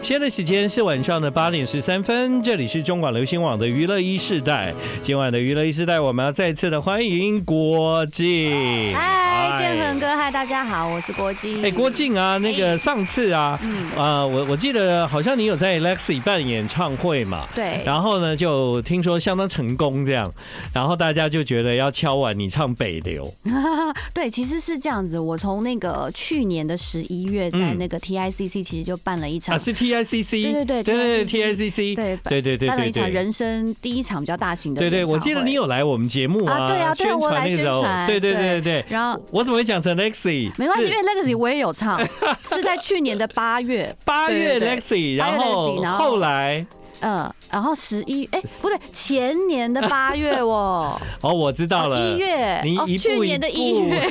现在的时间是晚上的8点13分，这里是中广流行网的娱乐一世代。今晚的娱乐一世代，我们要再次的欢迎郭静。 嗨，建恒哥，嗨，大家好，我是郭静。 郭静啊，那个上次啊，我记得好像你有在 Lexi 办演唱会嘛， 对。 然后呢，就听说相当成功这样，然后大家就觉得要敲碗你唱北流。 对，其实是这样子，我从那个去年的11月，在那个 TICC 其实就办了一场， 是 TICC， 对 TICC， 对， 办了一场人生第一场比较大型的演唱会。 对，我记得你有来我们节目啊， 对啊， 宣传那个时候，对。 然后我怎么会讲成 Lexi？ 没关系，因为 Lexi 我也有唱，是在去年的8月 Lexi， 然后后来。 然后不对，前年的8月哦。 哦，我知道了 ，1月，去年的1月，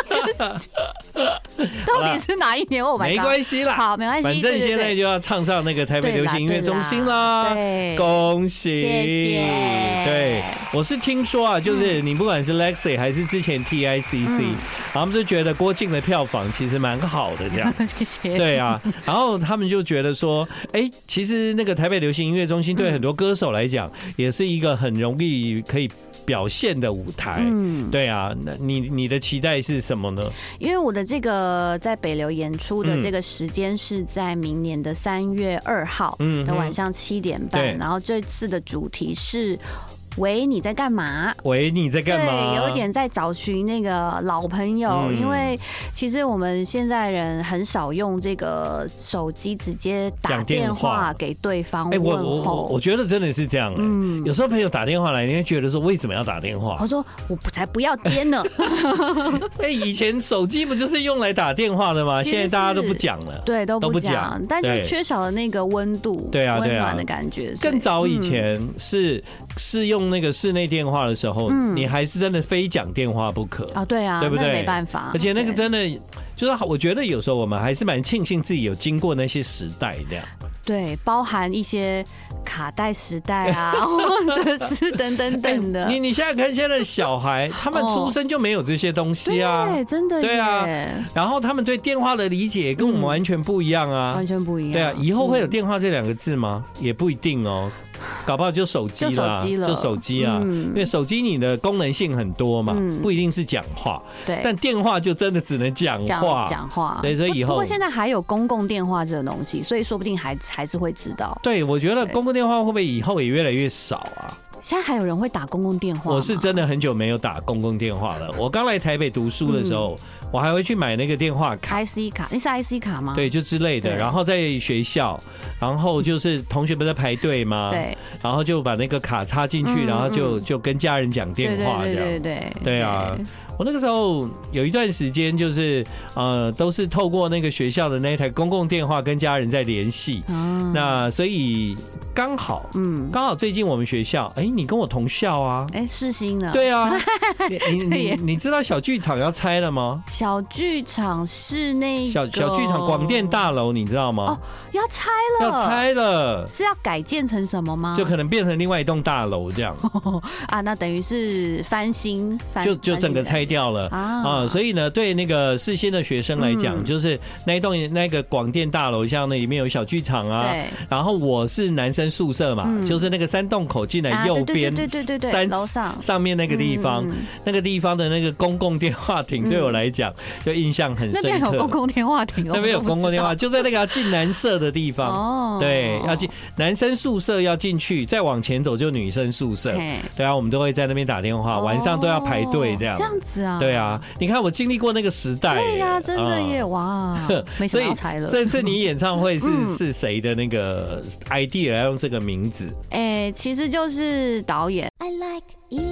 到底是哪一年？ 没关系啦， 好，没关系， 反正现在就要唱上那个台北流行音乐中心啦，恭喜！ 谢谢。 对，我是听说啊，就是你不管是 Lexi 还是之前 TICC，他们就觉得郭静的票房其实蛮好的，这样。 谢谢。 对啊，然后他们就觉得说，其实那个台北流行音乐中心对很多歌手来讲，也是一个很容易可以表现的舞台。对啊，那你的期待是什么呢？ 因为我的这个在北流演出的这个时间是在明年的3月2号的晚上7点半，然后这次的主题是。喂，你在干嘛？ 喂，你在干嘛？ 对，有点在找寻那个老朋友，因为其实我们现在人很少用这个手机直接打电话给对方问候。 我觉得真的是这样。有时候朋友打电话来，你会觉得说为什么要打电话？ 我说我才不要接呢。 以前手机不就是用来打电话的吗？现在大家都不讲了， 对，都不讲，但就缺少了那个温度， 对啊， 温暖的感觉。 更早以前是用那个室内电话的时候，你还是真的非讲电话不可啊！ 对啊， 对不对？ 没办法， 而且那个真的就是，我觉得有时候我们还是蛮庆幸自己有经过那些时代这样。 对，包含一些卡带时代啊，或者是等的。 你现在看现在的小孩，他们出生就没有这些东西啊， 对，真的， 对啊。然后他们对电话的理解跟我们完全不一样啊， 完全不一样。 对啊，以后会有电话这2个字吗？也不一定哦。搞不好就手机了，就手机啊，因为手机你的功能性很多嘛，不一定是讲话， 对， 但电话就真的只能讲话，对，所以以后不过现在还有公共电话这个东西，所以说不定还是会知道。 对，我觉得公共电话会不会以后也越来越少啊？ 现在还有人会打公共电话吗？ 我是真的很久没有打公共电话了。我刚来台北读书的时候，我还会去买那个电话卡 ，IC 卡，那是 IC 卡吗？ 对，就之类的。然后在学校，然后就是同学不是在排队吗？ 对， 然后就把那个卡插进去，然后就跟家人讲电话，这样。对啊。我那个时候有一段时间，就是都是透过那个学校的那一台公共电话跟家人在联系。那所以刚好最近我们学校，你跟我同校啊， 世新了。 对啊，你知道小剧场要拆了吗？ 小剧场是那个小剧场广电大楼，你知道吗？ 哦，要拆了，是要改建成什么吗？ 就可能变成另外一栋大楼这样啊，那等于是翻新， 就整个拆掉了啊，所以呢，对那个世新的学生来讲，就是那个广电大楼，像那里面有小剧场啊，然后我是男生宿舍嘛，就是那个3洞口进来右边楼上面那个地方，那个地方的那个公共电话亭，对我来讲就印象很深刻。 那边有公共电话亭， 那边有公共电话，就在那个要进男舍的地方，对，要进男生宿舍要进去，再往前走就女生宿舍，对啊，我们都会在那边打电话，晚上都要排队这样子啊。 对啊，你看我经历过那个时代， 对呀，真的耶，哇，没想到拆了。 这次你演唱会是谁的那个 idea 要用这个名字？ 其实就是导演。I like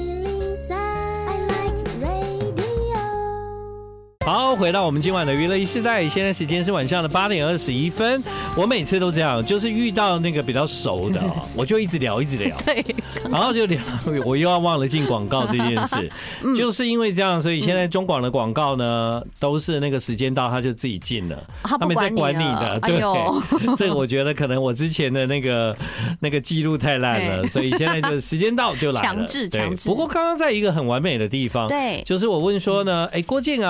103, I like radio。 好，回到我们今晚的娱乐一世代，现在时间是晚上的8点21分。我每次都这样，就是遇到那个比较熟的，我就一直聊， 对， 然后就聊，我又要忘了进广告这件事，就是因为这样，所以现在中广的广告呢，都是那个时间到他就自己进了，他们在管你的，对，这个我觉得可能我之前的那个记录太烂了，所以现在就时间到就来了， 强制。 不过刚刚在一个很完美的地方， 对， 就是我问说呢，郭静啊，你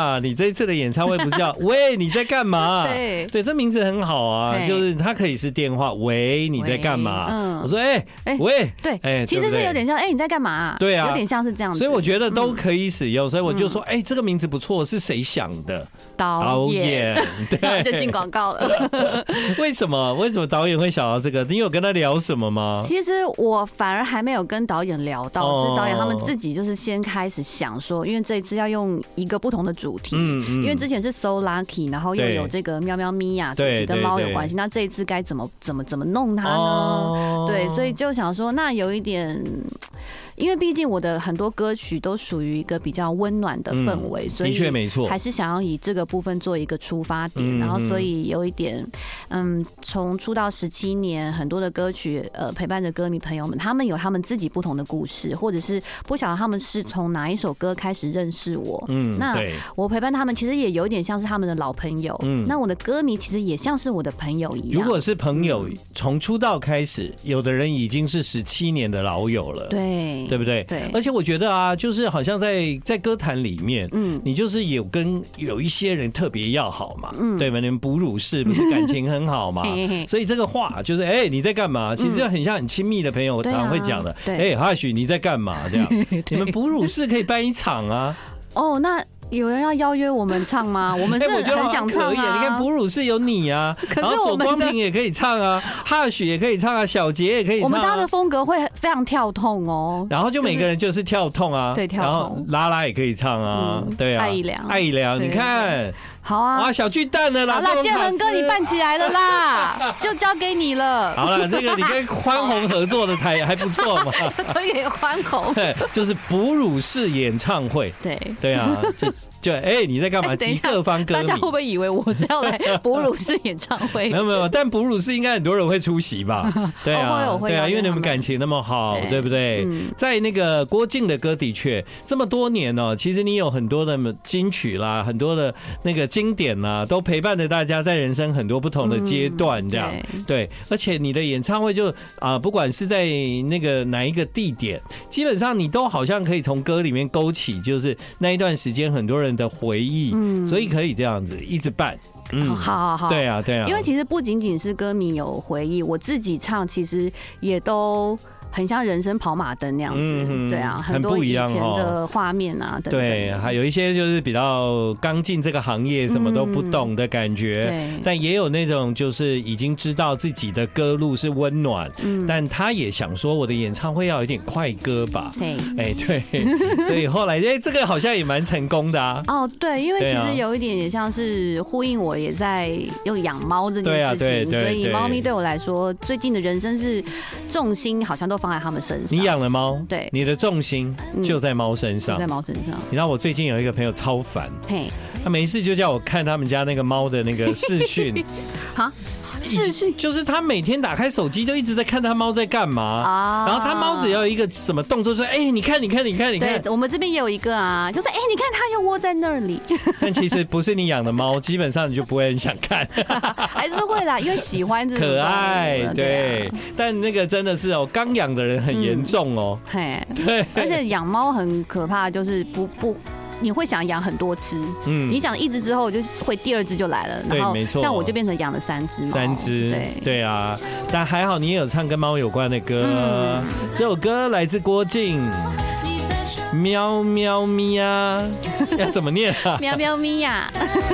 这一次的演唱会不是叫喂你在干嘛？ 对， 这名字很好啊，就是它可以是电话，喂你在干嘛？我说喂， 对，其实是有点像你在干嘛？ 对啊， 有点像是这样子， 所以我觉得都可以使用，所以我就说这个名字不错，是谁想的？导演，对， 就进广告了。 为什么导演会想到这个？你有跟他聊什么吗？ 其实我反而还没有跟导演聊到，是导演他们自己就是先开始想说，因为这一次要用一个不同的主题，因为之前是 So Lucky， 然后又有这个喵喵咪呀，主题跟猫有关系，那这一次该怎么弄它呢？对，所以就想说，那有一点。因为毕竟我的很多歌曲都属于一个比较温暖的氛围，所以的确没错，还是想要以这个部分做一个出发点，然后所以有一点，从出道17年，很多的歌曲，陪伴着歌迷朋友们，他们有他们自己不同的故事，或者是不晓得他们是从哪一首歌开始认识我，那我陪伴他们其实也有一点像是他们的老朋友，那我的歌迷其实也像是我的朋友一样。如果是朋友，从出道开始，有的人已经是17年的老友了，对不对？对，而且我觉得啊，就是好像在歌坛里面，你就是有一些人特别要好嘛，对吧？你们哺乳室不是感情很好嘛，所以这个话就是你在干嘛？其实就很像很亲密的朋友，我常常会讲的，哈许你在干嘛？这样，你们哺乳室可以办一场啊。 那。有人要邀约我们唱吗？我们是很想唱啊！ 你看哺乳室有你啊，然后左光平也可以唱啊，哈许也可以唱啊，小杰也可以唱。我们大家的风格会非常跳痛哦。 然后就每个人就是跳痛啊， 对，跳痛。然后拉拉也可以唱啊，对啊，艾怡良，你看。 好啊！ 小巨蛋了啦！ 好了，建恒哥你办起来了啦，就交给你了。 好了，这个你跟宽宏合作的台还不错嘛？ 可以宽宏， 对，就是哺乳式演唱会。对啊，就你在干嘛？集各方歌迷， 大家会不会以为我是要来哺乳式演唱会？ 没有，但哺乳式应该很多人会出席吧？对啊，对啊，因为你们感情那么好，对不对？在那个郭靖的歌的确这么多年哦，其实你有很多的金曲啦，很多的那个经典啊，都陪伴着大家在人生很多不同的阶段，这样对。而且你的演唱会就不管是在那个哪一个地点，基本上你都好像可以从歌里面勾起，就是那一段时间很多人的回忆，所以可以这样子一直办。 好，对啊，因为其实不仅仅是歌迷有回忆，我自己唱其实也都。很像人生跑马灯那样子，对啊，很多以前的画面啊，等等。 对，还有一些就是比较刚进这个行业，什么都不懂的感觉，但也有那种就是已经知道自己的歌路是温暖，但他也想说我的演唱会要有点快歌吧，对，所以后来这个好像也蛮成功的啊。 对，因为其实有一点也像是呼应我也在用养猫这件事情，所以猫咪对我来说，最近的人生是重心好像都放在他们身上。 你养了猫， 对， 你的重心就在猫身上， 在猫身上。 你知道我最近有一个朋友超烦，他没事就叫我看他们家那个猫的那个视讯，视讯就是他每天打开手机就一直在看他猫在干嘛，然后他猫只要有一个什么动作，说你看，对， 我们这边也有一个啊，就说你看他又窝在那里。 但其实不是你养的猫，基本上你就不会很想看， 还是会啦，因为喜欢这种可爱，对。但那个真的是刚养的人很严重哦， 对，而且养猫很可怕，就是不。你会想养很多只，你想一只之后就会第二只就来了，然后像我就变成养了3只猫 ，3只，对啊，但还好你也有唱跟猫有关的歌，这首歌来自郭靖，喵喵咪呀，要怎么念啊？ 喵喵咪呀。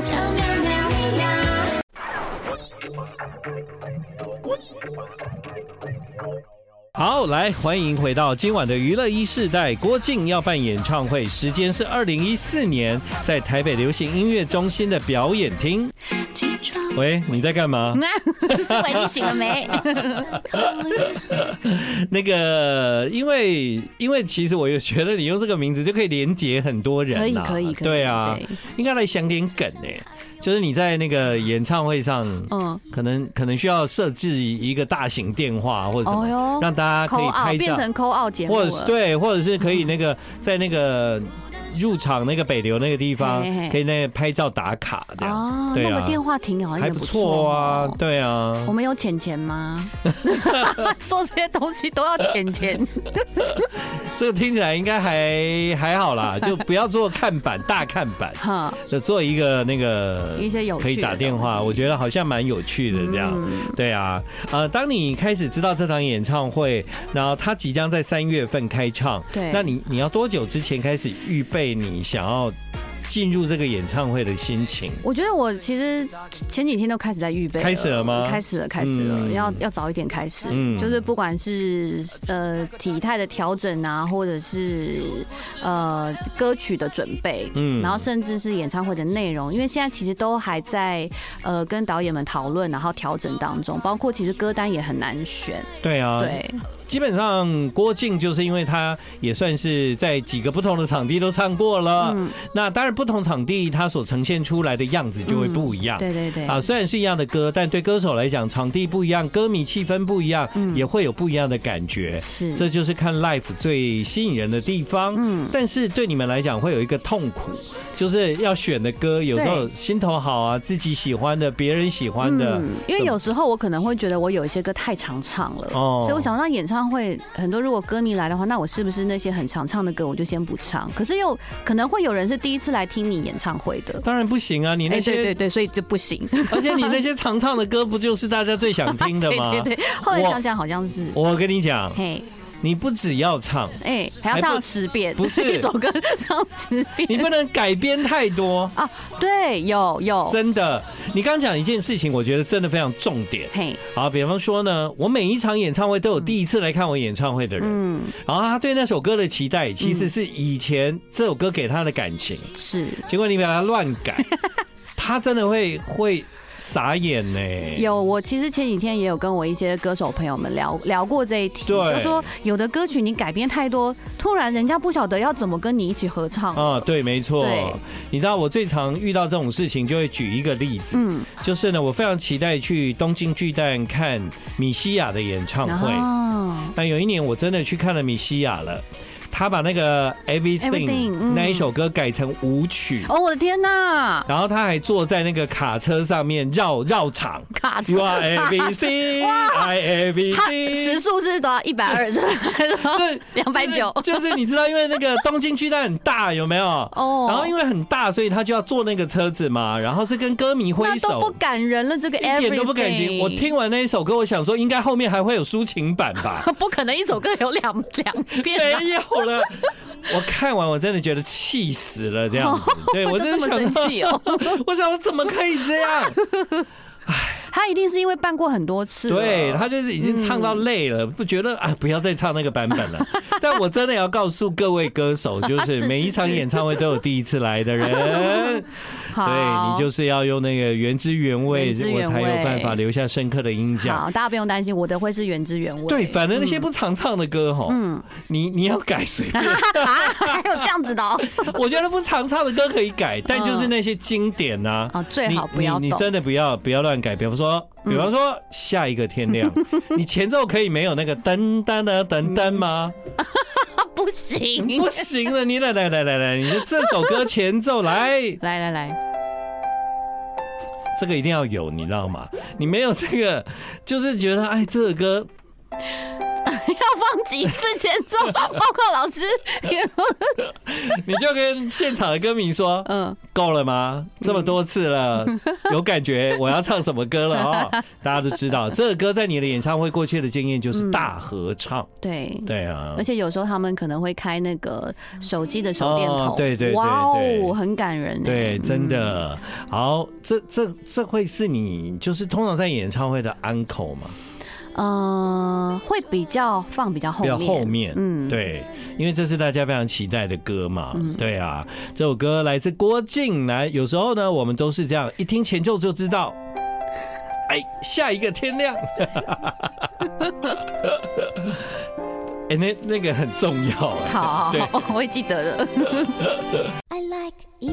好，来欢迎回到今晚的娱乐1世代。郭靖要办演唱会，时间是2014年在台北流行音乐中心的表演厅。喂，你在干嘛？ 是喂，你醒了没？ 那个，因为其实我也觉得你用这个名字就可以连结很多人啦， 可以， 对啊，应该来想点梗就是你在那个演唱会上，可能需要设置一个大型电话或者什么，让大家可以拍照， 变成 call out 节目， 或者是可以那个在那个入场那个北流那个地方，可以那个拍照打卡这样。 对啊，那个电话亭好像也不错啊。对啊， 我们有钱吗？做这些东西都要钱。 这个听起来应该还好啦，就不要做看板大看板，就做一个那个一些有趣的可以打电话，我觉得好像蛮有趣的这样。对啊，当你开始知道这场演唱会，然后它即将在3月份开唱， 对， 那你要多久之前开始预备你想要进入这个演唱会的心情？ 我觉得我其实前几天都开始在预备， 开始了吗？ 开始了，要早一点开始。就是不管是体态的调整啊，或者是歌曲的准备，然后甚至是演唱会的内容，因为现在其实都还在跟导演们讨论，然后调整当中，包括其实歌单也很难选。 对啊，对。基本上郭静就是因为他也算是在几个不同的场地都唱过了，那当然不同场地他所呈现出来的样子就会不一样。 对对对。 虽然是一样的歌，但对歌手来讲，场地不一样，歌迷气氛不一样，也会有不一样的感觉。 是， 这就是看 live 最吸引人的地方。但是对你们来讲会有一个痛苦，就是要选的歌有时候心头好啊，自己喜欢的，别人喜欢的。 因为有时候我可能会觉得我有一些歌太常唱了，所以我想让演唱会很多，如果歌迷来的话，那我是不是那些很常唱的歌我就先不唱？可是又可能会有人是第一次来听你演唱会的， 当然不行啊！你那些对，所以就不行。 而且你那些常唱的歌，不就是大家最想听的吗？ 对，后来想想好像是。 我跟你讲，你不只要唱， 还要唱10遍， 不是一首歌唱10遍， 你不能改编太多啊。对，有真的。你刚刚讲一件事情，我觉得真的非常重点。好，比方说呢，我每一场演唱会都有第一次来看我演唱会的人，然后他对那首歌的期待，其实是以前这首歌给他的感情， 是。 结果你把它乱改，他真的会傻眼呢。 有，我其实前几天也有跟我一些歌手朋友们聊过这一题，就说有的歌曲你改编太多，突然人家不晓得要怎么跟你一起合唱啊。 对，没错。你知道我最常遇到这种事情，就会举一个例子，就是呢，我非常期待去东京巨蛋看米西亚的演唱会。那有一年我真的去看了米西亚了。他把那个 Everything 那一首歌改成舞曲， 我的天哪！ 然后他还坐在那个卡车上面绕场， 卡车 You are everything, I everything。他时速是多少？120，是290。 就是你知道，因为那个东京巨蛋很大，有没有？然后因为很大，所以他就要坐那个车子嘛，然后是跟歌迷挥手， 那都不感人了。这个 Everything 一点都不感情。我听完那一首歌，我想说，应该后面还会有抒情版吧？ 不可能一首歌有两遍， 没有。我看完我真的觉得气死了，这样子，对我真的想到，我想我怎么可以这样？ 他一定是因为办过很多次， 对，他就是已经唱到累了，不觉得不要再唱那个版本了。但我真的要告诉各位歌手，就是每一场演唱会都有第一次来的人，对，你就是要用那个原汁原味，我才有办法留下深刻的印象。 好，大家不用担心，我的会是原汁原味。 对，反正那些不常唱的歌你要改随便。 还有这样子的我觉得不常唱的歌可以改，但就是那些经典啊， 最好不要你真的不要乱改。比方说下一个天亮，你前奏可以没有那个噔噔的噔噔吗？ 不行了，你来，你的这首歌前奏来，这个一定要有，你知道吗？你没有这个，就是觉得这个歌。 要放几次前奏？包括老师， 你就跟现场的歌迷说，够了吗？这么多次了，有感觉我要唱什么歌了大家都知道，这个歌在你的演唱会过去的经验就是大合唱。对啊， 而且有时候他们可能会开那个手机的手电筒， 对， 哇哦，很感人。 对，真的。好，这会是你就是通常在演唱会的安口吗？ 会比较后面， 对，因为这是大家非常期待的歌嘛，对啊，这首歌来自郭静，有时候呢，我们都是这样，一听前奏就知道，下一个天亮，那个很重要， 好，我会记得的。I like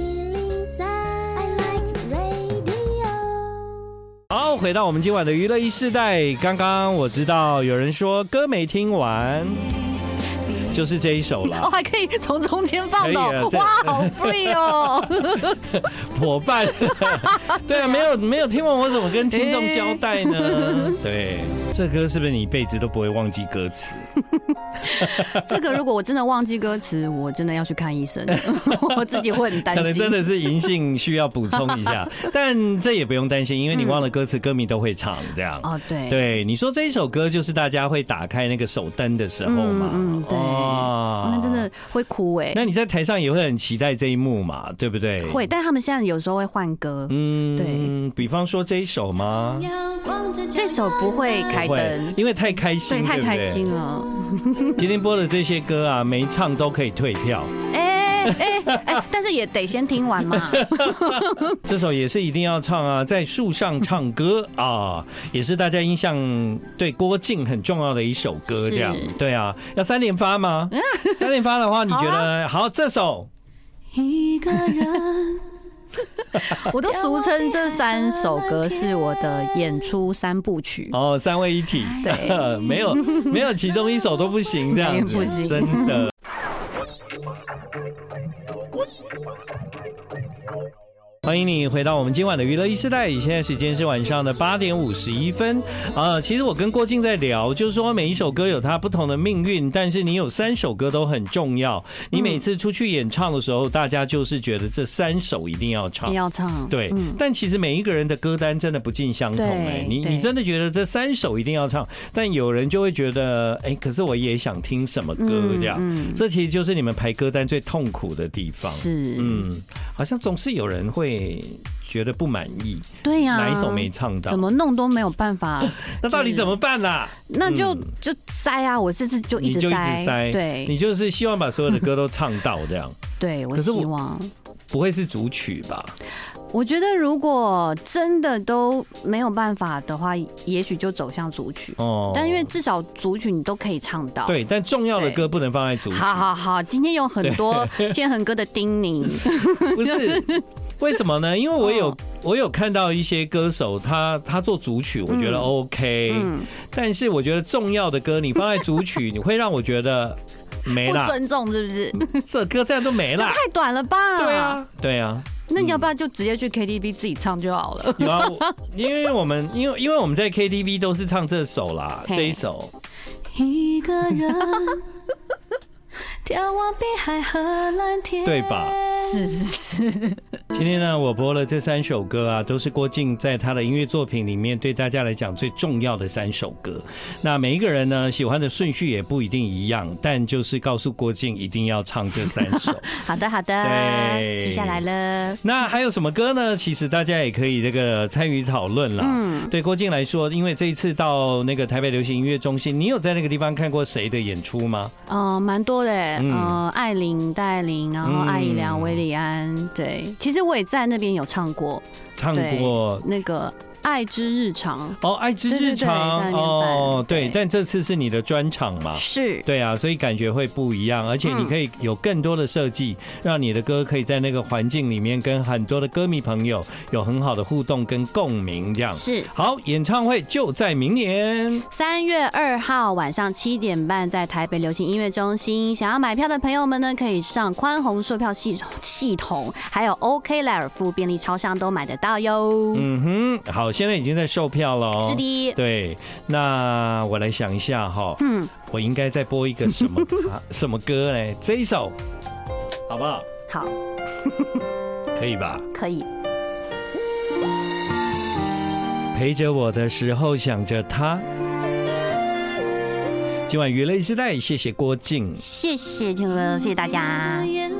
好，回到我们今晚的娱乐一世代。刚刚我知道有人说歌没听完，就是这一首了。 还可以从中间放的，哇，好 free 哦！ 伙伴，对啊，没有听完，我怎么跟听众交代呢？对，这歌是不是你一辈子都不会忘记歌词？ 这个如果我真的忘记歌词，我真的要去看医生，我自己会很担心。 可能真的是银杏需要补充一下，但这也不用担心，因为你忘了歌词，歌迷都会唱这样。 哦，对， 对，你说这一首歌就是大家会打开那个手灯的时候嘛， 对，那真的会哭哎。 那你在台上也会很期待这一幕嘛，对不对？ 会，但他们现在有时候会换歌，对， 比方说这一首吗？ 这首不会开灯， 因为太开心， 对，太开心了。 今天播的这些歌啊，没唱都可以退票。 但是也得先听完嘛。 这首也是一定要唱啊，在树上唱歌啊，也是大家印象对郭静很重要的一首歌。这样，对啊，要3连发吗？3连发的话，你觉得好？这首一个人。我都俗称这3首歌是我的演出3部曲哦，3位一体，对，没有其中一首都不行，这样子，真的。欢迎你回到我们今晚的娱乐1世代，现在时间是晚上的8点51分。其实我跟郭静在聊，就是说每一首歌有它不同的命运，但是你有3首歌都很重要。你每次出去演唱的时候，大家就是觉得这3首一定要唱， 要唱。对， 但其实每一个人的歌单真的不尽相同。你真的觉得这3首一定要唱，但有人就会觉得，可是我也想听什么歌这样。这其实就是你们排歌单最痛苦的地方。 是， 好像总是有人会觉得不满意， 对呀， 哪一首没唱到， 怎么弄都没有办法。 那到底怎么办啦？ 那就塞啊！我这次就一直塞，对， 你就是希望把所有的歌都唱到这样。 对，我希望不会是主曲吧？ 我觉得如果真的都没有办法的话，也许就走向主曲。但因为至少主曲你都可以唱到。 对，但重要的歌不能放在主曲。 好，今天有很多建恒哥的叮咛。 不是。为什么呢？因为我有看到一些歌手，他做主曲，我觉得 OK，但是我觉得重要的歌你放在主曲，你会让我觉得没了， 不尊重是不是？ 这歌这样都没了， 太短了吧？ 对啊。 那你要不要就直接去 KTV 自己唱就好了？ 有啊，因为我们在 KTV 都是唱这首啦，这一首。一个人。 眺望碧海和蓝天， 对吧？ 是。 今天呢，我播了这3首歌啊，都是郭静在他的音乐作品里面对大家来讲最重要的3首歌。那每一个人呢，喜欢的顺序也不一定一样，但就是告诉郭静一定要唱这3首。 好的，对，接下来了。 那还有什么歌呢？其实大家也可以这个参与讨论啦。对郭静来说，因为这一次到那个台北流行音乐中心，你有在那个地方看过谁的演出吗？ 蛮多的。艾琳、戴琳，然后艾怡良、韦礼安，对，其实我也在那边有唱过那个。爱之日常爱之日常对，但这次是你的专场嘛？ 是， 对啊，所以感觉会不一样，而且你可以有更多的设计，让你的歌可以在那个环境里面跟很多的歌迷朋友有很好的互动跟共鸣，这样是。 好，演唱会就在明年 3月2号晚上7点半，在台北流行音乐中心。想要买票的朋友们呢，可以上宽宏售票系统，还有 OK 莱尔富便利超商都买得到哟。 好。现在已经在售票了哦。 是的。 对，那我来想一下哈。我应该再播一个什么歌呢？这一首，好不好？ 好。 可以吧？ 可以。 陪着我的时候想着他。今晚娱乐1世代，谢谢郭静， 谢谢庆哥，谢谢大家。